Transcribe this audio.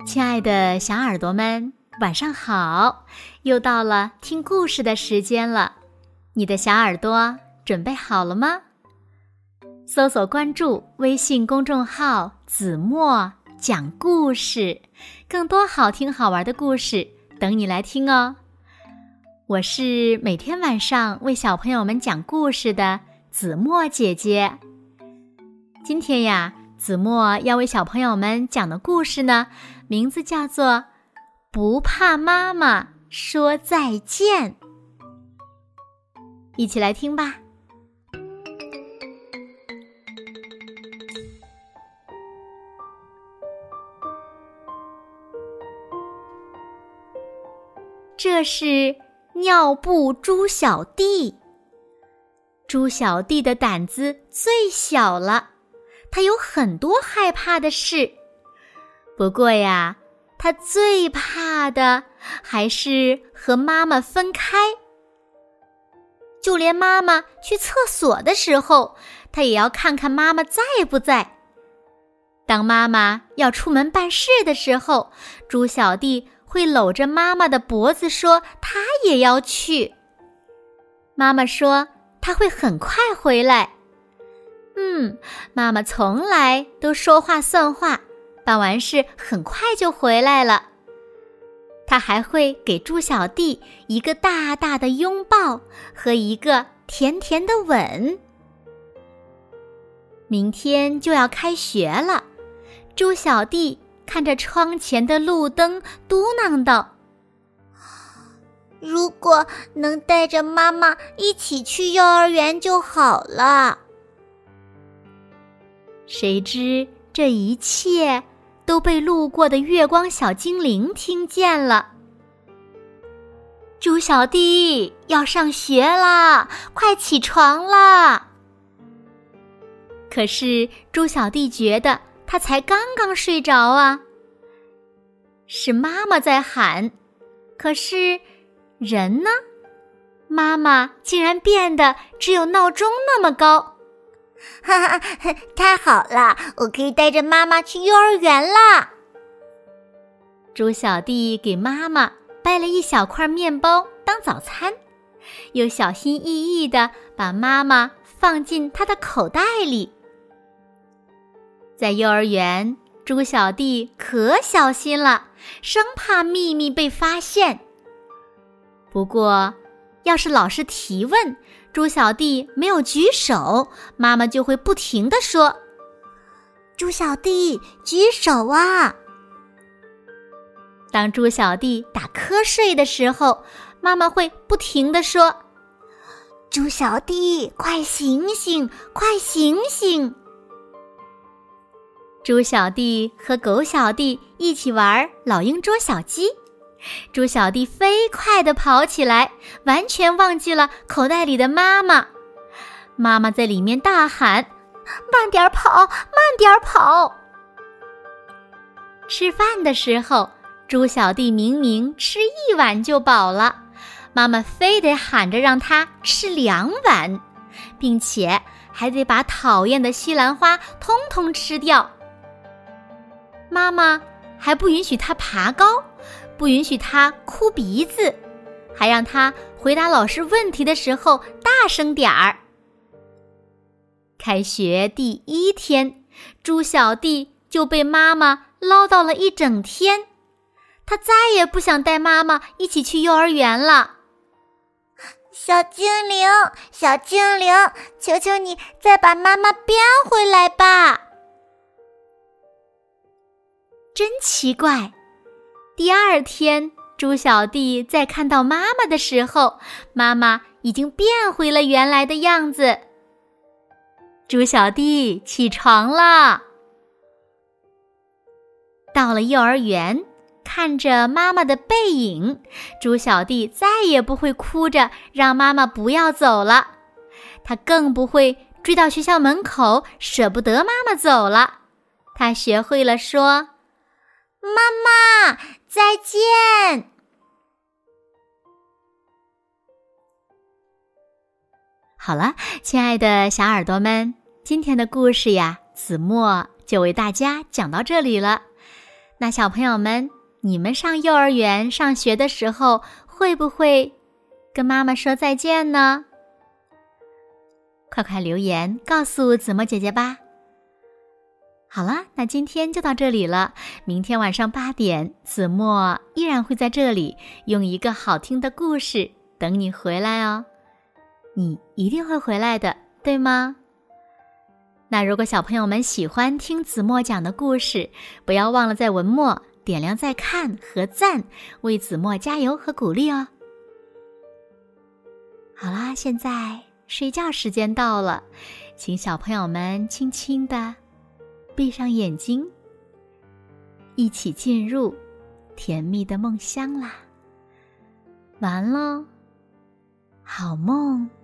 亲爱的小耳朵们，晚上好！又到了听故事的时间了，你的小耳朵准备好了吗？搜索关注微信公众号子墨讲故事，更多好听好玩的故事等你来听哦。我是每天晚上为小朋友们讲故事的子墨姐姐。今天呀，子墨要为小朋友们讲的故事呢，名字叫做《不怕妈妈说再见》。一起来听吧。这是尿布猪小弟。猪小弟的胆子最小了，他有很多害怕的事。不过呀，他最怕的还是和妈妈分开。就连妈妈去厕所的时候，他也要看看妈妈在不在。当妈妈要出门办事的时候，猪小弟会搂着妈妈的脖子说他也要去。妈妈说他会很快回来。妈妈从来都说话算话，办完事很快就回来了。他还会给猪小弟一个大大的拥抱和一个甜甜的吻。明天就要开学了，猪小弟看着窗前的路灯嘟囔道： 如果能带着妈妈一起去幼儿园就好了。 谁知这一切都被路过的月光小精灵听见了。猪小弟要上学啦，快起床啦！可是猪小弟觉得他才刚刚睡着啊。是妈妈在喊，可是人呢？妈妈竟然变得只有闹钟那么高。 哈哈，太好了，我可以带着妈妈去幼儿园啦！ 猪小弟给妈妈掰了一小块面包当早餐，又小心翼翼地把妈妈放进他的口袋里。在幼儿园，猪小弟可小心了，生怕秘密被发现。不过，要是老师提问，猪小弟没有举手，妈妈就会不停地说： 猪小弟，举手啊！ 当猪小弟打瞌睡的时候，妈妈会不停地说： 猪小弟，快醒醒，快醒醒！ 猪小弟和狗小弟一起玩老鹰捉小鸡，猪小弟飞快地跑起来，完全忘记了口袋里的妈妈。妈妈在里面大喊：慢点跑，慢点跑！吃饭的时候，猪小弟明明吃一碗就饱了，妈妈非得喊着让他吃2碗，并且还得把讨厌的西兰花通通吃掉。妈妈还不允许他爬高，不允许他哭鼻子，还让他回答老师问题的时候大声点儿。开学第1天，猪小弟就被妈妈唠叨了一整天，他再也不想带妈妈一起去幼儿园了。 小精灵，小精灵，求求你再把妈妈变回来吧！ 真奇怪，第2天，猪小弟在看到妈妈的时候，妈妈已经变回了原来的样子。猪小弟起床了。到了幼儿园，看着妈妈的背影，猪小弟再也不会哭着让妈妈不要走了，他更不会追到学校门口舍不得妈妈走了。他学会了说： 妈妈，再见！ 好了，亲爱的小耳朵们，今天的故事呀，子墨就为大家讲到这里了。 那小朋友们，你们上幼儿园上学的时候，会不会跟妈妈说再见呢？快快留言告诉子墨姐姐吧。好了，那今天就到这里了。明天晚上8点，子墨依然会在这里，用一个好听的故事等你回来哦。你一定会回来的，对吗？那如果小朋友们喜欢听子墨讲的故事，不要忘了在文末点亮再看和赞，为子墨加油和鼓励哦。好啦，现在睡觉时间到了，请小朋友们轻轻地闭上眼睛，一起进入甜蜜的梦乡啦。晚安喽，好梦。